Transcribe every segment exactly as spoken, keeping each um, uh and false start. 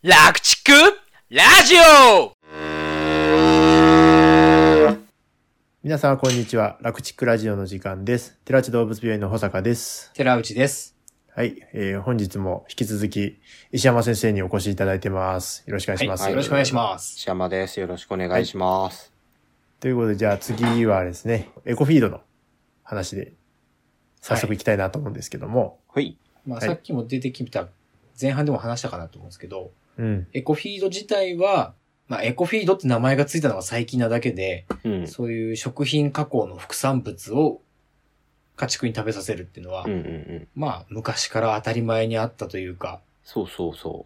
楽畜ラジオ。 皆さんこんにちは。楽畜ラジオの時間です。寺内動物病院の保坂です。 寺内です。 はい、えー、本日も引き続き石山先生にお越しいただいてます。よろしくお願いします。 はい、よろしくお願いします。 石山です。よろしくお願いします。 はい、ということで、じゃあ次はですね、エコフィードの話で早速いきたいなと思うんですけども。 はい。 まあ、さっきも出てきた、前半でも話したかなと思うんですけど、 うん、 エコフィード自体は、まあ、エコフィードって名前がついたのが最近なだけで、うん、そういう食品加工の副産物を家畜に食べさせるっていうのは、 うんうんうん、 まあ、昔から当たり前にあったというか。 そうそうそう。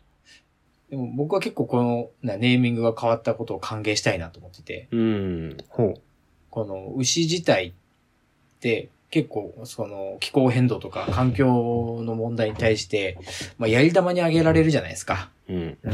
でも僕は結構このネーミングが変わったことを歓迎したいなと思ってて、 うん、 ほうこの牛自体って結構その気候変動とか環境の問題に対して、まあ、やり玉にあげられるじゃないですか。 うんうんうん、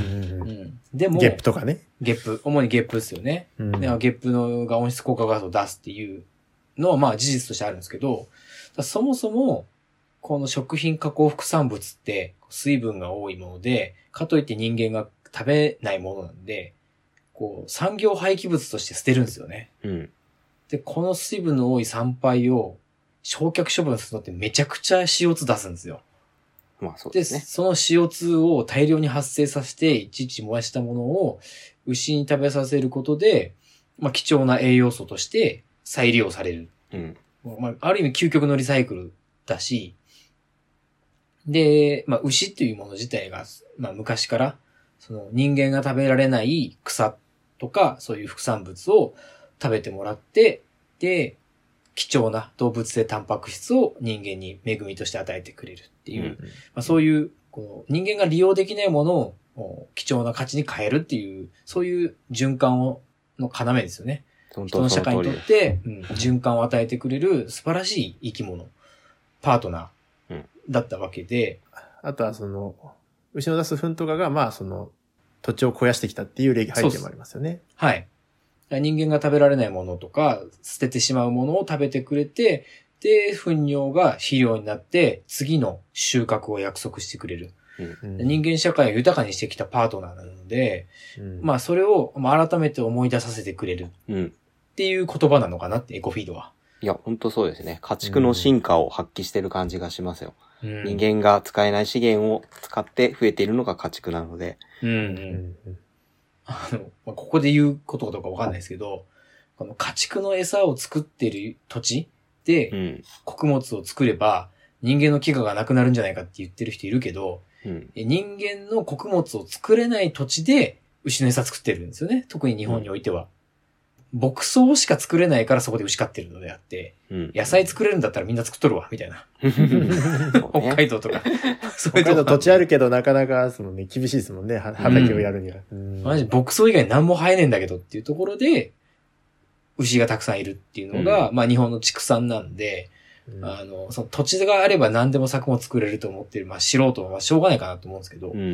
でも、 ゲップとかね。 ゲップ、主にゲップですよね。うん、でゲップのが温室効果ガスを出すっていうのはまあ事実としてあるんですけど、そもそもこの食品加工副産物って水分が多いもので、かといって人間が食べないものなんで、こう産業廃棄物として捨てるんですよね。 うん、 で、この水分の多い産廃を焼却処分するのってめちゃくちゃ シーオーツー 出すんですよ。 まあそうですね。 で、その シーオーツー を大量に発生させて、いちいち燃やしたものを牛に食べさせることで、まあ貴重な栄養素として再利用される。 うん。 まあ、ある意味究極のリサイクルだし、で、まあ牛っていうもの自体が、まあ昔から、その人間が食べられない草とか、そういう副産物を食べてもらって、で、貴重な動物性タンパク質を人間に恵みとして与えてくれるっていう、うんまあ、そういうこう人間が利用できないものを貴重な価値に変えるっていう、そういう循環をの要ですよね。人の社会にとって、うん、循環を与えてくれる素晴らしい生き物、パートナーだったわけで、 うん、あとはその牛の出す糞とかがまあその土地を肥やしてきたっていう背景もありますよね。 はい。人間が食べられないものとか、捨ててしまうものを食べてくれて、で、糞尿が肥料になって、次の収穫を約束してくれる。うん、人間社会を豊かにしてきたパートナーなので、うん、まあそれを改めて思い出させてくれる。っていう言葉なのかなって、エコフィードは。 いや、本当そうですね。家畜の進化を発揮してる感じがしますよ。うん、人間が使えない資源を使って増えているのが家畜なので。 うんうんあの、まあ、ここで言うことかどうかわかんないですけど、この家畜の餌を作ってる土地で、穀物を作れば人間の飢餓がなくなるんじゃないかって言ってる人いるけど、うん、人間の穀物を作れない土地で牛の餌作ってるんですよね。特に日本においては。うん、牧草しか作れないからそこで牛飼ってるのであって、うん、野菜作れるんだったらみんな作っとるわ、みたいな。北海道とか。 そういう北海道土地あるけどなかなかそのね、厳しいですもんね、畑をやるには。 うん、マジ牧草以外何も生えねえんだけどっていうところで、牛がたくさんいるっていうのが、うん、まあ日本の畜産なんで、うん、あの、その土地があれば何でも作物作れると思ってる、まあ素人はしょうがないかなと思うんですけど、うん、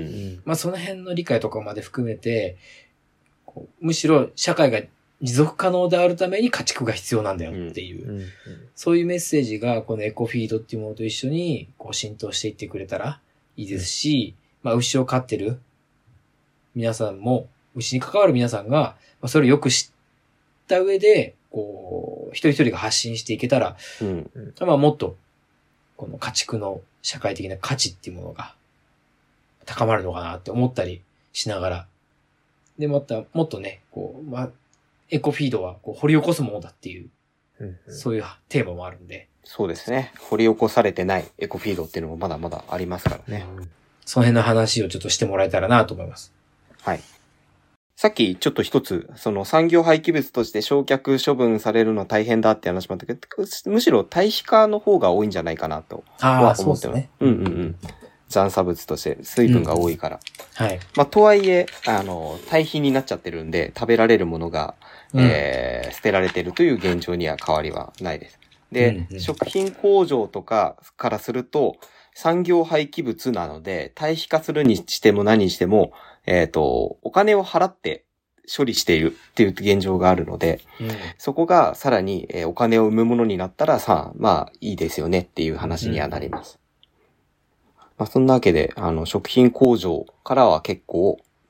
まあその辺の理解とかまで含めて、こうむしろ社会が持続可能であるために家畜が必要なんだよっていう、うんうんうん、そういうメッセージがこのエコフィードっていうものと一緒にこう浸透していってくれたらいいですし、うん、まあ牛を飼ってる皆さんも、牛に関わる皆さんが、まあ、それをよく知った上で、こう、一人一人が発信していけたら、うん、まあもっと、この家畜の社会的な価値っていうものが高まるのかなって思ったりしながら、で、また、もっとね、こう、まあ、エコフィードはこう掘り起こすものだっていう、うんうん、そういうテーマもあるんで。 そうですね。掘り起こされてないエコフィードっていうのもまだまだありますからね。うん、 その辺の話をちょっとしてもらえたらなと思います。 はい。さっきちょっと一つ、その産業廃棄物として焼却処分されるの大変だって話もあったけど、むしろ堆肥化の方が多いんじゃないかなとは思ってます。ね。うんうんうん。残差物として水分が多いから。 うん、はい。 まあ、とはいえ、あの、堆肥になっちゃってるんで、食べられるものが、うん、えー、捨てられてるという現状には変わりはないです。で、うんうん、食品工場とかからすると、産業廃棄物なので、堆肥化するにしても何にしても、えっと、お金を払って処理しているっていう現状があるので、うん、そこがさらに、えー、お金を生むものになったらさあ、まあいいですよねっていう話にはなります。うんまあ、そんなわけで、あの、食品工場からは結構、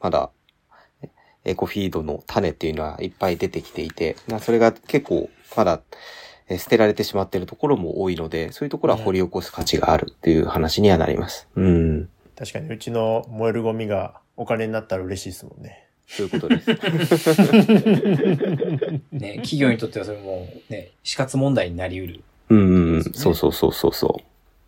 まだ、エコフィードの種っていうのはいっぱい出てきていて、それが結構まだ捨てられてしまっているところも多いので、そういうところは掘り起こす価値があるっていう話にはなります。うん。 確かにうちの燃えるゴミがお金になったら嬉しいですもんね。 そういうことです。 ね、企業にとってはそれもね、死活問題になり得る。 うんうんうん。そうそうそうそうそう。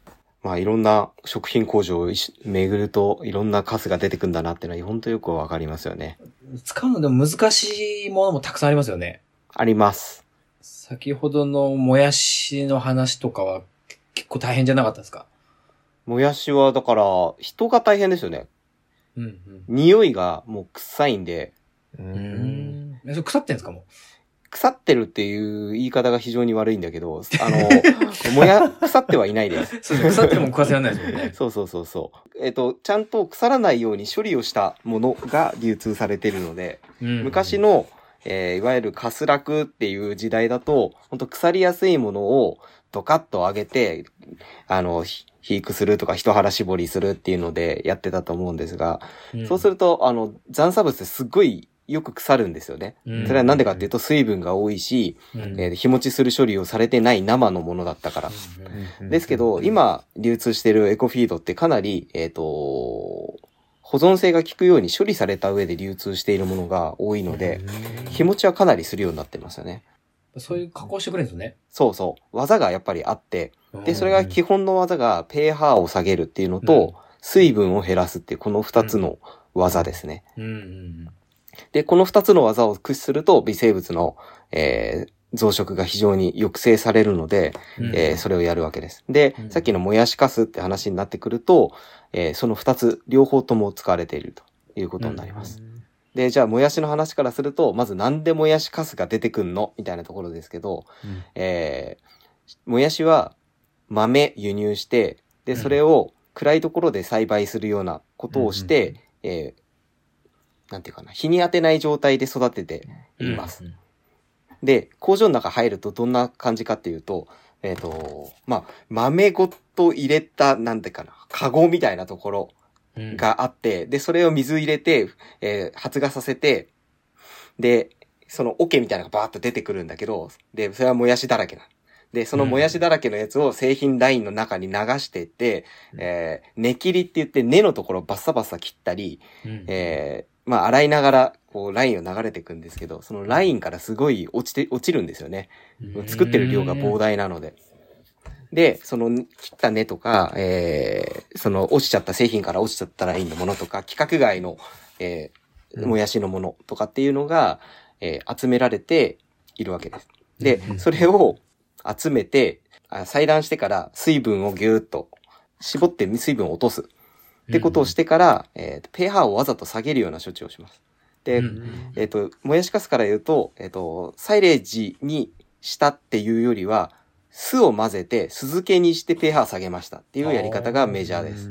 まあいろんな食品工場を巡るといろんなカスが出てくんだなっていうのは本当よくわかりますよね。 使うのでも難しいものもたくさんありますよね。 あります。 先ほどのもやしの話とかは結構大変じゃなかったですか？ もやしはだから人が大変ですよね。 うんうん、 匂いがもう臭いんで。 うーん。それ腐ってんですかもう？ 腐ってるっていう言い方が非常に悪いんだけど、あの、もや、腐ってはいないです。 そうですね。腐っても食わせられないですもんね。 そうそうそうそう。えっと、ちゃんと腐らないように処理をしたものが流通されているので、うんうん、昔の、えー、いわゆるカスラクっていう時代だと、本当腐りやすいものをドカッと上げて、あの、肥育するとか一腹絞りするっていうのでやってたと思うんですが、うん、そうすると、あの、残差物ってすっごいよく腐るんですよね。うん、それはなんでかっていうと水分が多いし、うんえー、日持ちする処理をされてない生のものだったから。うん、ですけど、今流通しているエコフィードってかなり、えっと、保存性が効くように処理された上で流通しているものが多いので、日持ちはかなりするようになってますよね。 そういう加工してくれるんですね。 そうそう。技がやっぱりあって、で、それが基本の技が pH を下げるっていうのと、うん、水分を減らすっていうこの二つの技ですね。うんうん、で、この二つの技を駆使すると微生物の、えー、増殖が非常に抑制されるので、うんえー、それをやるわけです。で、うん、さっきのもやしカスって話になってくると、えー、その二つ両方とも使われているということになります。うんで、じゃあ、もやしの話からすると、まずなんでもやしカスが出てくんのみたいなところですけど、うん、えー、もやしは豆輸入して、で、それを暗いところで栽培するようなことをして、うん、えー、なんていうかな、日に当てない状態で育てています。うん、で、工場の中入るとどんな感じかっていうと、えっと、まあ、豆ごと入れた、なんていうかな、カゴみたいなところ、があって、で、それを水入れて、えー、発芽させて、で、その桶みたいなのがバーッと出てくるんだけど、で、それはもやしだらけな。で、そのもやしだらけのやつを製品ラインの中に流していって、うん、えー、根切りって言って根のところをバッサバッサ切ったり、うん、えー、まあ、洗いながら、こう、ラインを流れていくんですけど、そのラインからすごい落ちて、落ちるんですよね。作ってる量が膨大なので。で、その切った根とか、えー、その落ちちゃった製品から落ちちゃったラインのものとか、規格外の、えー、もやしのものとかっていうのが、えー、集められているわけです。で、それを集めて、裁断してから水分をぎゅーっと絞って水分を落とす。ってことをしてから、えー、pH をわざと下げるような処置をします。で、えっと、もやしカスから言うと、えっと、サイレージにしたっていうよりは、酢を混ぜて酢漬けにして pH 下げましたっていうやり方がメジャーです。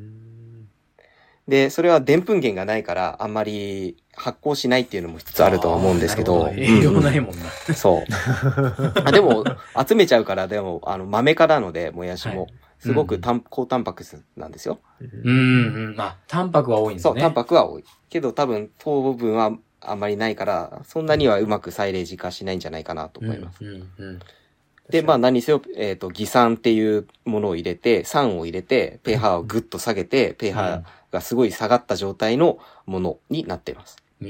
で、それは澱粉源がないからあんまり発酵しないっていうのも一つあるとは思うんですけど。 栄養ないもんな。 うん、そう。あでも、集めちゃうから、でも、あの、豆からので、もやしも、すごくたん、高タンパク質なんですよ。 うん、うん。あ、タンパクは多いんですね。 そう、タンパクは多い。けど多分、糖分はあんまりないから、そんなにはうまくサイレージ化しないんじゃないかなと思います。うんうんうんで、まあ何せよ、えっと、偽酸っていうものを入れて、酸を入れて、pH をぐっと下げて、pH がすごい下がった状態のものになっています。うん、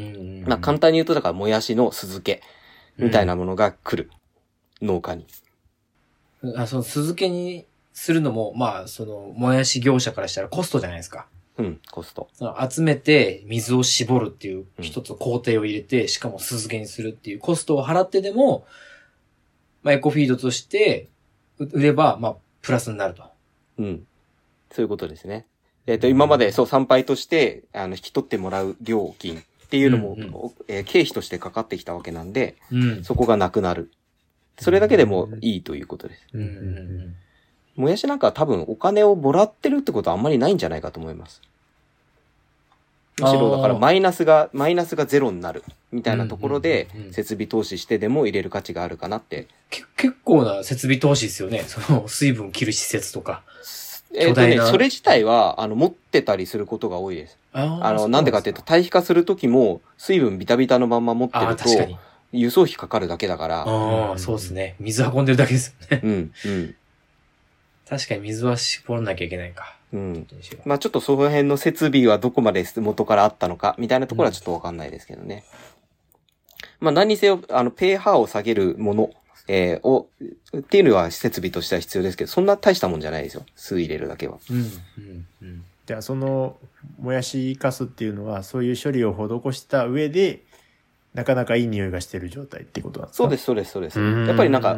まあ簡単に言うと、だからもやしの酢漬けみたいなものが来る。うん、農家に。 あ、その酢漬けにするのも、まあ、その、もやし業者からしたらコストじゃないですか。 うん、コスト。 その集めて水を絞るっていう一つ工程を入れて、しかも酢漬けにするっていうコストを払ってでも、まあ、エコフィードとして、売れば、まあ、プラスになると。 うん。そういうことですね。えっと、今まで、そう、参拝として、あの、引き取ってもらう料金っていうのも、うんうんえー、経費としてかかってきたわけなんで、うん、そこがなくなる。それだけでもいいということです。うんうんうん、もやしなんかは多分お金をもらってるってことはあんまりないんじゃないかと思います。むしろだからマイナスが、マイナスがゼロになるみたいなところで設備投資してでも入れる価値があるかなって。 け結構な設備投資ですよね。その水分切る施設とか。 えっとね、それ自体は、あの、持ってたりすることが多いです。ああの、なんでかっていうと、堆肥化するときも、水分ビタビタのまんま持ってると、輸送費かかるだけだから。 ああ、そうですね。水運んでるだけですよね。 うん、うん。 確かに水は絞らなきゃいけないか。 うん。まあちょっとその辺の設備はどこまで元からあったのか、みたいなところはちょっとわかんないですけどね。うん、まあ何にせよ、あの、pH を下げるもの、えー、を、っていうのは設備としては必要ですけど、そんな大したもんじゃないですよ。酢入れるだけは。 うん、うん、うん。 じゃあその、もやしカスっていうのは、そういう処理を施した上で、なかなかいい匂いがしてる状態ってことなんですか？ そうです、そうです、そうです。やっぱりなんか、うん、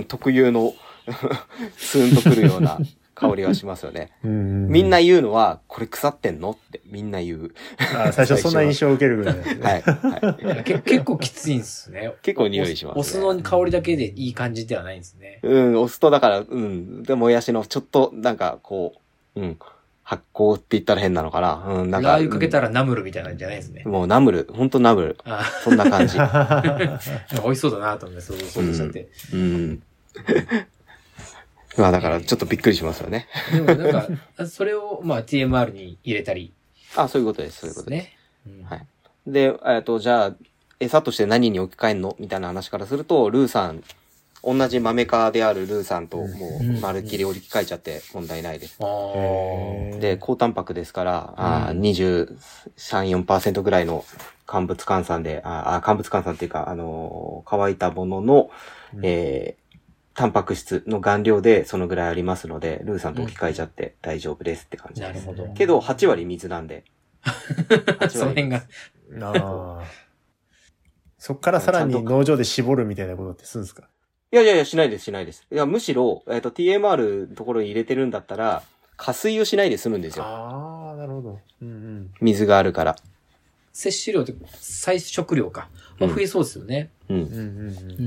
特有の、スーンとくるような香りはしますよね。みんな言うのは、これ腐ってんのってみんな言う。 あ、最初そんな印象を受けるぐらいですね。 はい。はい、 結構きついんですね。 結構匂いします、ね。 お酢の香りだけでいい感じではないんですね。 うん、お酢とだから、うん、でもやしのちょっと、なんかこう、うん。発酵って言ったら変なのかな。うん、なんか。 ラー油かけたらナムルみたいなんじゃないですね。 もうナムル、ほんとナムル。あそんな感じ。 美味しそうだなと思って、想像しちゃって。 うん。うん、まあだからちょっとびっくりしますよね。 でもなんか、それをまあ ティーエムアール に入れたり。 あ、そういうことです、そういうことです。 ね。 うん、はい。で、えっと、じゃあ、餌として何に置き換えんのみたいな話からすると、ルーさん、同じ豆科であるルーさんともうまるっきり置き換えちゃって問題ないです。うん、で、高タンパクですから、うん、あにじゅうさん、よんパーセント ぐらいの乾物換算で、あ乾物換算っていうか、あのー、乾いたものの、うん、えー、タンパク質の含量でそのぐらいありますので、ルーさんと置き換えちゃって大丈夫ですって感じです。なるほど。けど、はち割水なんで。 はち割その辺が。 あそっからさらに農場で絞るみたいなことってするんですか？ いやいやいや、しないです、しないです。いや、むしろ、えっと、ティーエムアール のところに入れてるんだったら、加水をしないで済むんですよ。 ああ、なるほど。うんうん。 水があるから。 摂取量って、採食量か。まあ、増えそうですよね。 うん。うん。うんうんうん。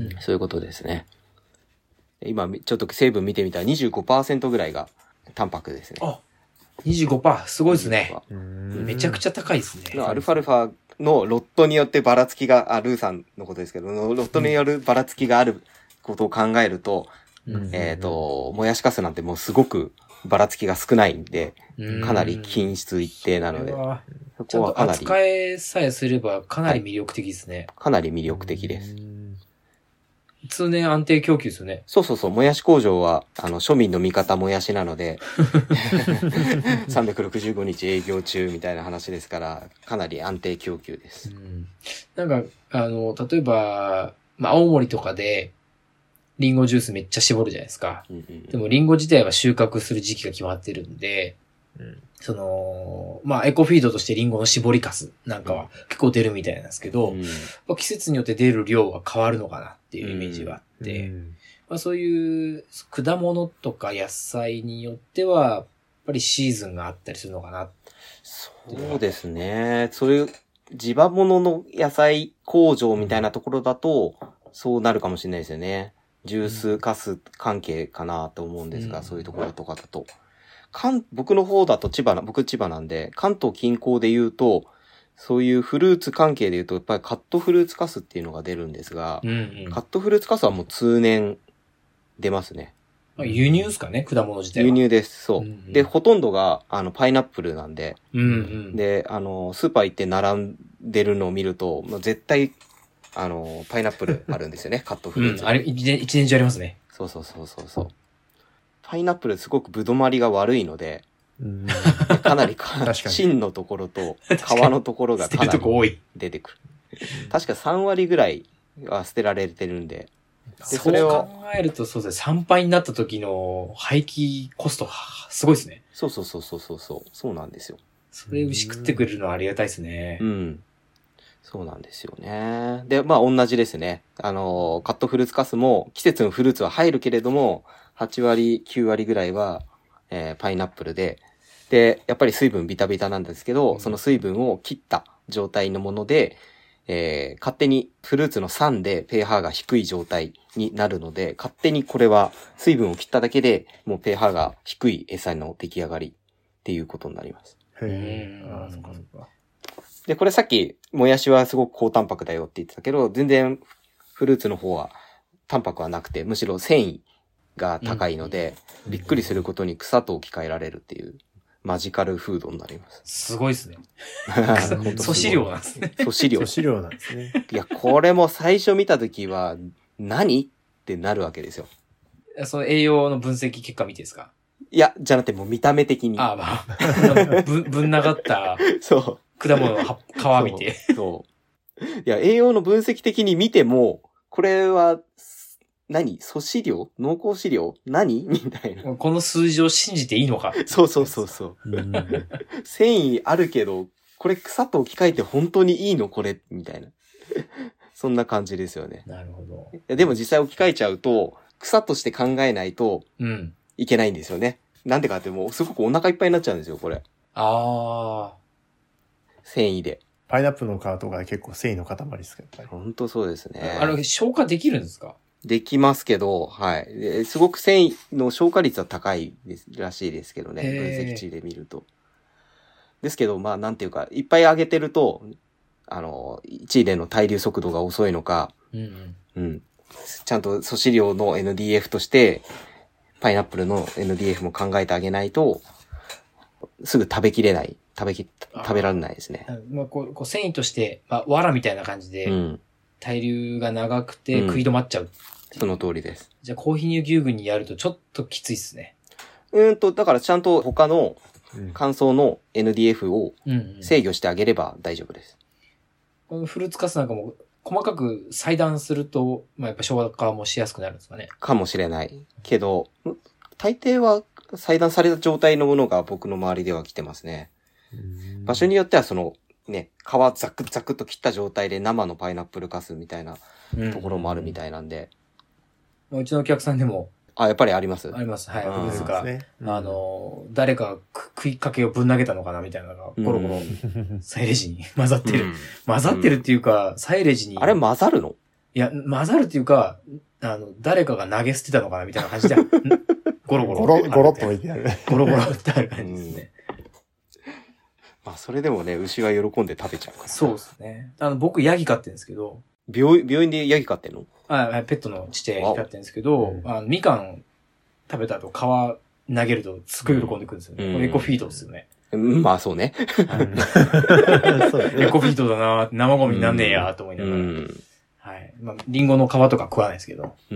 そういうことですね。今、ちょっと成分見てみたら にじゅうごパーセント ぐらいがタンパクですね。 あ にじゅうごパーセント すごいですね。めちゃくちゃ高いですね。 アルファルファのロットによってばらつきが、あ、ルーさんのことですけど、ロットによるばらつきがあることを考えると、うん、えっと、もやしかすなんてもうすごくばらつきが少ないんで、かなり均質一定なので、 そこはかなり。扱いさえすればかなり魅力的ですね。はい、 かなり魅力的です。 通年安定供給ですよね。 そうそうそう。もやし工場は、あの、庶民の味方もやしなので、さんびゃくろくじゅうごにち営業中みたいな話ですから、かなり安定供給です。うん、 なんか、あの、例えば、まあ、青森とかで、リンゴジュースめっちゃ絞るじゃないですか。うんうん、でも、リンゴ自体は収穫する時期が決まってるんで、うん、その、まあ、エコフィードとしてリンゴの絞りかすなんかは結構出るみたいなんですけど、うんまあ、季節によって出る量は変わるのかなっていうイメージがあって、うんまあ、そういう果物とか野菜によっては、やっぱりシーズンがあったりするのかな。 そうですね。そういう地場物の野菜工場みたいなところだと、そうなるかもしれないですよね。ジュース、カス関係かなと思うんですが、うん、そういうところとかだと。関、僕の方だと千葉な、僕千葉なんで、関東近郊で言うと、そういうフルーツ関係で言うと、やっぱりカットフルーツカスっていうのが出るんですが、うんうん、カットフルーツカスはもう通年出ますね。 輸入ですかね、果物自体は。 輸入です、そう。うんうん、で、ほとんどが、あの、パイナップルなんで、 うんうん、 で、あの、スーパー行って並んでるのを見ると、もう絶対、あの、パイナップルあるんですよね、カットフルーツ。 うん、あれ、一年、一年中ありますね。 そうそうそうそうそう。パイナップルすごくぶどまりが悪いので、うんかなりか芯のところと皮のところがかなり出てくる。確かさん割ぐらいは捨てられてるんで。 でそれを考えるとそうですね、参拝になった時の廃棄コストすごいですね。 そうそうそうそうそうそう。そうなんですよ。 それ牛食ってくれるのはありがたいですね。 うん。そうなんですよね。で、まあ同じですね。あの、カットフルーツカスも季節のフルーツは入るけれども、はち割、きゅう割ぐらいは、えー、パイナップルで、で、やっぱり水分ビタビタなんですけど、うん、その水分を切った状態のもので、えー、勝手にフルーツの酸で pH が低い状態になるので、勝手にこれは水分を切っただけでもう pH が低い餌の出来上がりっていうことになります。 へー。ああ、そっかそっか。 で、これさっき、もやしはすごく高タンパクだよって言ってたけど、全然フルーツの方はタンパクはなくて、むしろ繊維が高いので、うん、びっくりすることに草と置き換えられるっていうマジカルフードになります。 すごいですね。素飼料なんですね。 素飼料。 素飼料なんですね。 いや、これも最初見たときは、何ってなるわけですよ。 その栄養の分析結果見てですか？ いや、じゃなくてもう見た目的に。 ああ、まあ。ぶ、ぶん流った。 そう。 果物の皮見て。 そう。そういや、栄養の分析的に見ても、これは、何素飼料濃厚飼料何みたいな。 この数字を信じていいのか。 そうそうそうそう。繊維あるけど、これ草と置き換えて本当にいいのこれみたいな。そんな感じですよね。 なるほど。 いやでも実際置き換えちゃうと、草として考えないといけないんですよね。うん、なんでかってもうすごくお腹いっぱいになっちゃうんですよ、これ。 ああ。 繊維で。 パイナップルの皮とか結構繊維の塊ですけど、ね。 本当そうですね。 あれ、消化できるんですか？ できますけど、はい。すごく繊維の消化率は高いですらしいですけどね。分析値で見ると。ですけど、まあなんていうか、いっぱい上げてると、あの、いちいでの対流速度が遅いのか、うん、うんうん、ちゃんと素飼料の エヌディーエフ として、パイナップルの エヌディーエフ も考えてあげないと、すぐ食べきれない。食べき、食べられないですね。 まあ、こう、こう繊維として、まあ、藁みたいな感じで、うん、対流が長くて食い止まっちゃう、うん。 その通りです。 じゃあ、高品乳牛群にやるとちょっときついっすね。 うんと、だからちゃんと他の乾燥の エヌディーエフ を制御してあげれば大丈夫です。 このフルーツカスなんかも細かく裁断すると、まあ、やっぱ消化もしやすくなるんですかね。 かもしれない。けど、大抵は裁断された状態のものが僕の周りでは来てますね。場所によってはそのね、皮ザクザクっと切った状態で生のパイナップルカスみたいなところもあるみたいなんで。 うん、うちのお客さんでも。 あ、やっぱりありますあります。はい。僕ですが、ねうん、あの、誰か食いかけをぶん投げたのかなみたいなのが、ゴロゴロ、サイレージに混ざってる。うん、混ざってるっていうか、サイレージに。 あれ混ざるの？ いや、混ざるっていうか、あの、誰かが投げ捨てたのかなみたいな感じで、ゴロゴロ。 ゴロ、ゴロっと置いてある。 ゴロゴロってある感じですね。 まあ、それでもね、牛が喜んで食べちゃうから。 そうですね。あの、僕、ヤギ飼ってるんですけど。 病院、病院でヤギ飼ってんの？ あ、ペットのちっちゃいヤギ飼ってるんですけど、うん、あのみかん食べた後、皮投げるとすっごい喜んでくるんですよね。うん、これエコフィードですよね。 うん、まあ、そうね。 エコフィードだな生ゴミになんねえやと思いながら。うん、はい。まあ、リンゴの皮とか食わないですけど。 うん。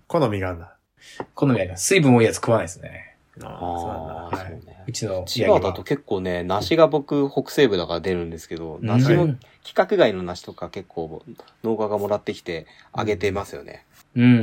好みがあるんだ。 好みがあります。水分多いやつ食わないですね。 ああ、そうなんだ。はい。 うちの千葉だと結構ね、梨が僕北西部だから出るんですけど、梨の規格外の梨とか結構農家がもらってきてあげてますよね。 うんうんうん。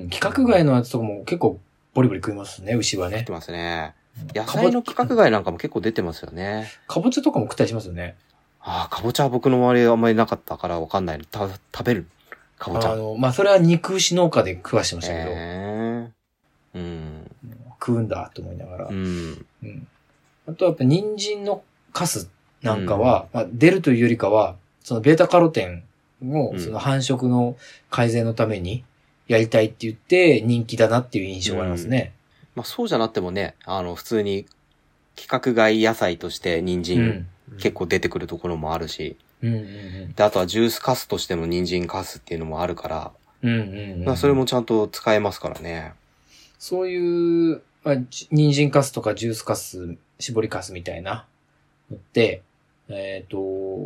規格外のやつとかも結構ボリボリ食いますね、牛はね。 食ってますね。野菜の規格外なんかも結構出てますよね。 かぼちゃとかも食ったりしますよね。 ああ、かぼちゃは僕の周りあんまりなかったからわかんないの。た食べるかぼちゃ。 あの、まあ、それは肉牛農家で食わしてましたけど。 へー。うん。 食うんだと思いながら。 うん。 うん。あとはやっぱ人参のカスなんかは、うん、まあ、出るというよりかは、そのベータカロテンをその繁殖の改善のためにやりたいって言って人気だなっていう印象がありますね。 うん、まあそうじゃなくてもね、あの普通に規格外野菜として人参結構出てくるところもあるし、 うんうんうん、 であとはジュースカスとしての人参カスっていうのもあるから、 うんうんうん、 まあそれもちゃんと使えますからね。 そういう、まあ、人参カスとかジュースカス、絞りカスみたいなのって、えっと、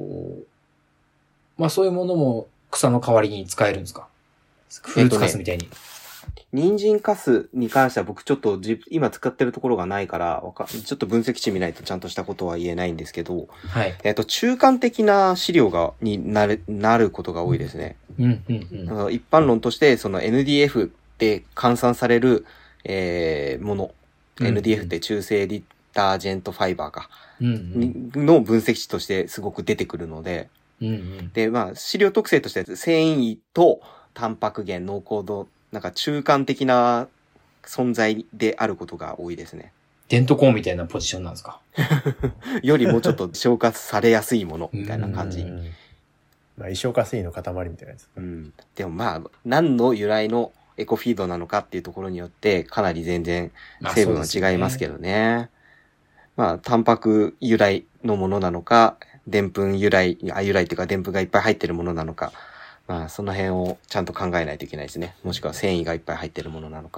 まあそういうものも草の代わりに使えるんですか？フルーツカスみたいに。えっとね、 人参カスに関しては僕ちょっと今使ってるところがないから、ちょっと分析値見ないとちゃんとしたことは言えないんですけど、 はい。 えっと、中間的な飼料が、になる、なることが多いですね。 うんうんうん、 一般論として、その エヌディーエフ で換算される、えー、もの、うん、エヌディーエフ って中性ディタージェントファイバーか、 うんうん、 の分析値としてすごく出てくるので、 うんうん、 で、まあ、飼料特性として繊維とタンパク源、濃厚度、なんか中間的な存在であることが多いですね。 デントコーンみたいなポジションなんですか？ よりもちょっと消化されやすいものみたいな感じ。 まあ、異消化繊維の塊みたいなやつ。 うん。でもまあ、何の由来のエコフィードなのかっていうところによってかなり全然成分は違いますけどね。まあ、タンパク由来のものなのか、デンプン由来、あ、由来っていうかデンプンがいっぱい入ってるものなのか、まあ、その辺をちゃんと考えないといけないですね。もしくは繊維がいっぱい入ってるものなのか。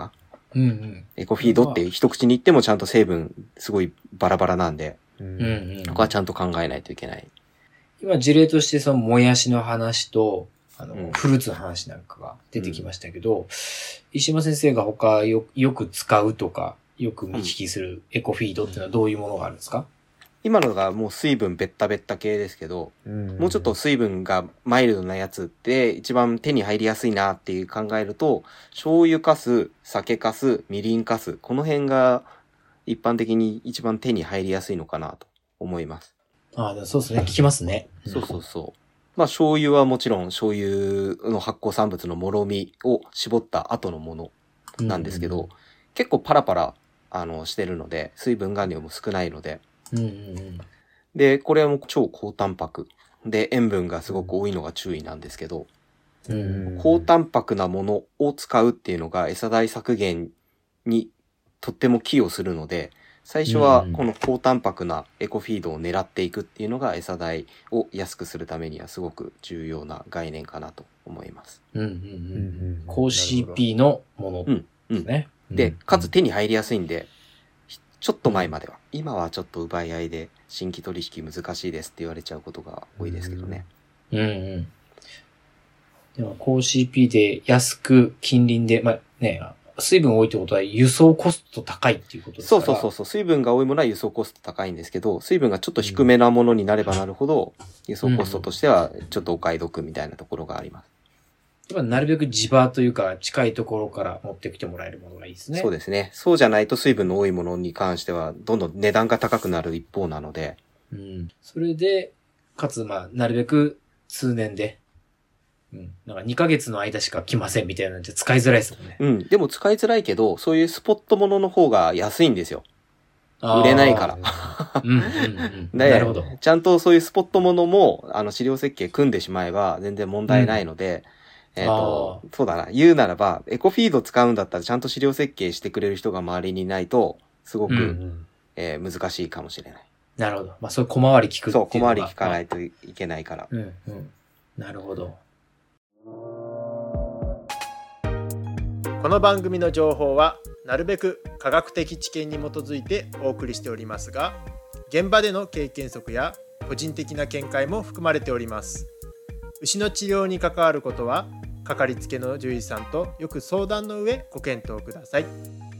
うんうん。 エコフィードって一口に言ってもちゃんと成分すごいバラバラなんで、 うんうん。 ここはちゃんと考えないといけない。 今事例としてそのもやしの話と、あの、 うんフルーツの話なんかが出てきましたけど、うん、石間先生が他よよく使うとか、よく見聞きするエコフィードっていうのはどういうものがあるんですか？ 今のがもう水分ベッタベッタ系ですけど、うん、もうちょっと水分がマイルドなやつって一番手に入りやすいなっていう考えると、醤油かす、酒かす、みりんかす、この辺が一般的に一番手に入りやすいのかなと思います。 ああ、そうですね。聞きますね。 そうそうそう。まあ醤油はもちろん醤油の発酵産物のもろみを絞った後のものなんですけど、うんうん、結構パラパラあのしてるので、水分含量も少ないので、 うんうんうん、 で、これはもう超高タンパクで塩分がすごく多いのが注意なんですけど、 うんうんうん、 高タンパクなものを使うっていうのが餌代削減にとっても寄与するので、最初はこの高タンパクなエコフィードを狙っていくっていうのが餌代を安くするためにはすごく重要な概念かなと思います。 うんうんうん、高 シーピー のものですね。 うんうん、で、かつ手に入りやすいんで、ちょっと前までは。今はちょっと奪い合いで新規取引難しいですって言われちゃうことが多いですけどね。 うんうん。でも高 シーピー で安く近隣で、まあね、水分多いってことは輸送コスト高いっていうことですから。 そうそうそう。水分が多いものは輸送コスト高いんですけど、水分がちょっと低めなものになればなるほど、輸送コストとしてはちょっとお買い得みたいなところがあります。 やっぱなるべく地場というか近いところから持ってきてもらえるものがいいですね。 そうですね。そうじゃないと水分の多いものに関してはどんどん値段が高くなる一方なので。 うん。それで、かつまあ、なるべく通年で、うん。なんかにかげつの間しか来ませんみたいなんじゃ使いづらいですもんね。 うん。でも使いづらいけど、そういうスポットものの方が安いんですよ。売れないから。 うんうんうん。 で、 なるほど。 ちゃんとそういうスポットものも、あの、飼料設計組んでしまえば全然問題ないので、うん、えっと、そうだな。言うならば、エコフィード使うんだったらちゃんと飼料設計してくれる人が周りにいないと、すごく、うんうんえー、難しいかもしれない。 なるほど。まあ、そういう小回り聞くっていうのは。 そう、小回り聞かないといけないから。 うん、うん。なるほど。 この番組の情報はなるべく科学的知見に基づいてお送りしておりますが、現場での経験則や個人的な見解も含まれております。牛の治療に関わることはかかりつけの獣医さんとよく相談の上ご検討ください。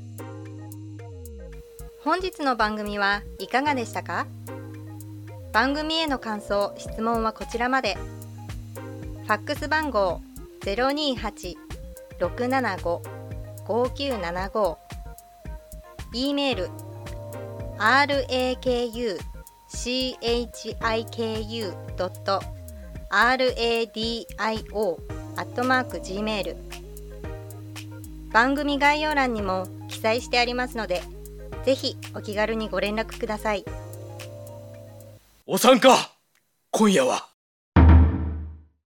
本日の番組はいかがでしたか？番組への感想・質問はこちらまで。ファックス番号 ゼロにーはち ろくななご ごきゅうななご E メール アールエーケーユーシーエイチアイケーユー ドット アールエーディーアイオー アットマーク ジーメール 番組概要欄にも記載してありますので、ぜひお気軽にご連絡ください。 お参加今夜は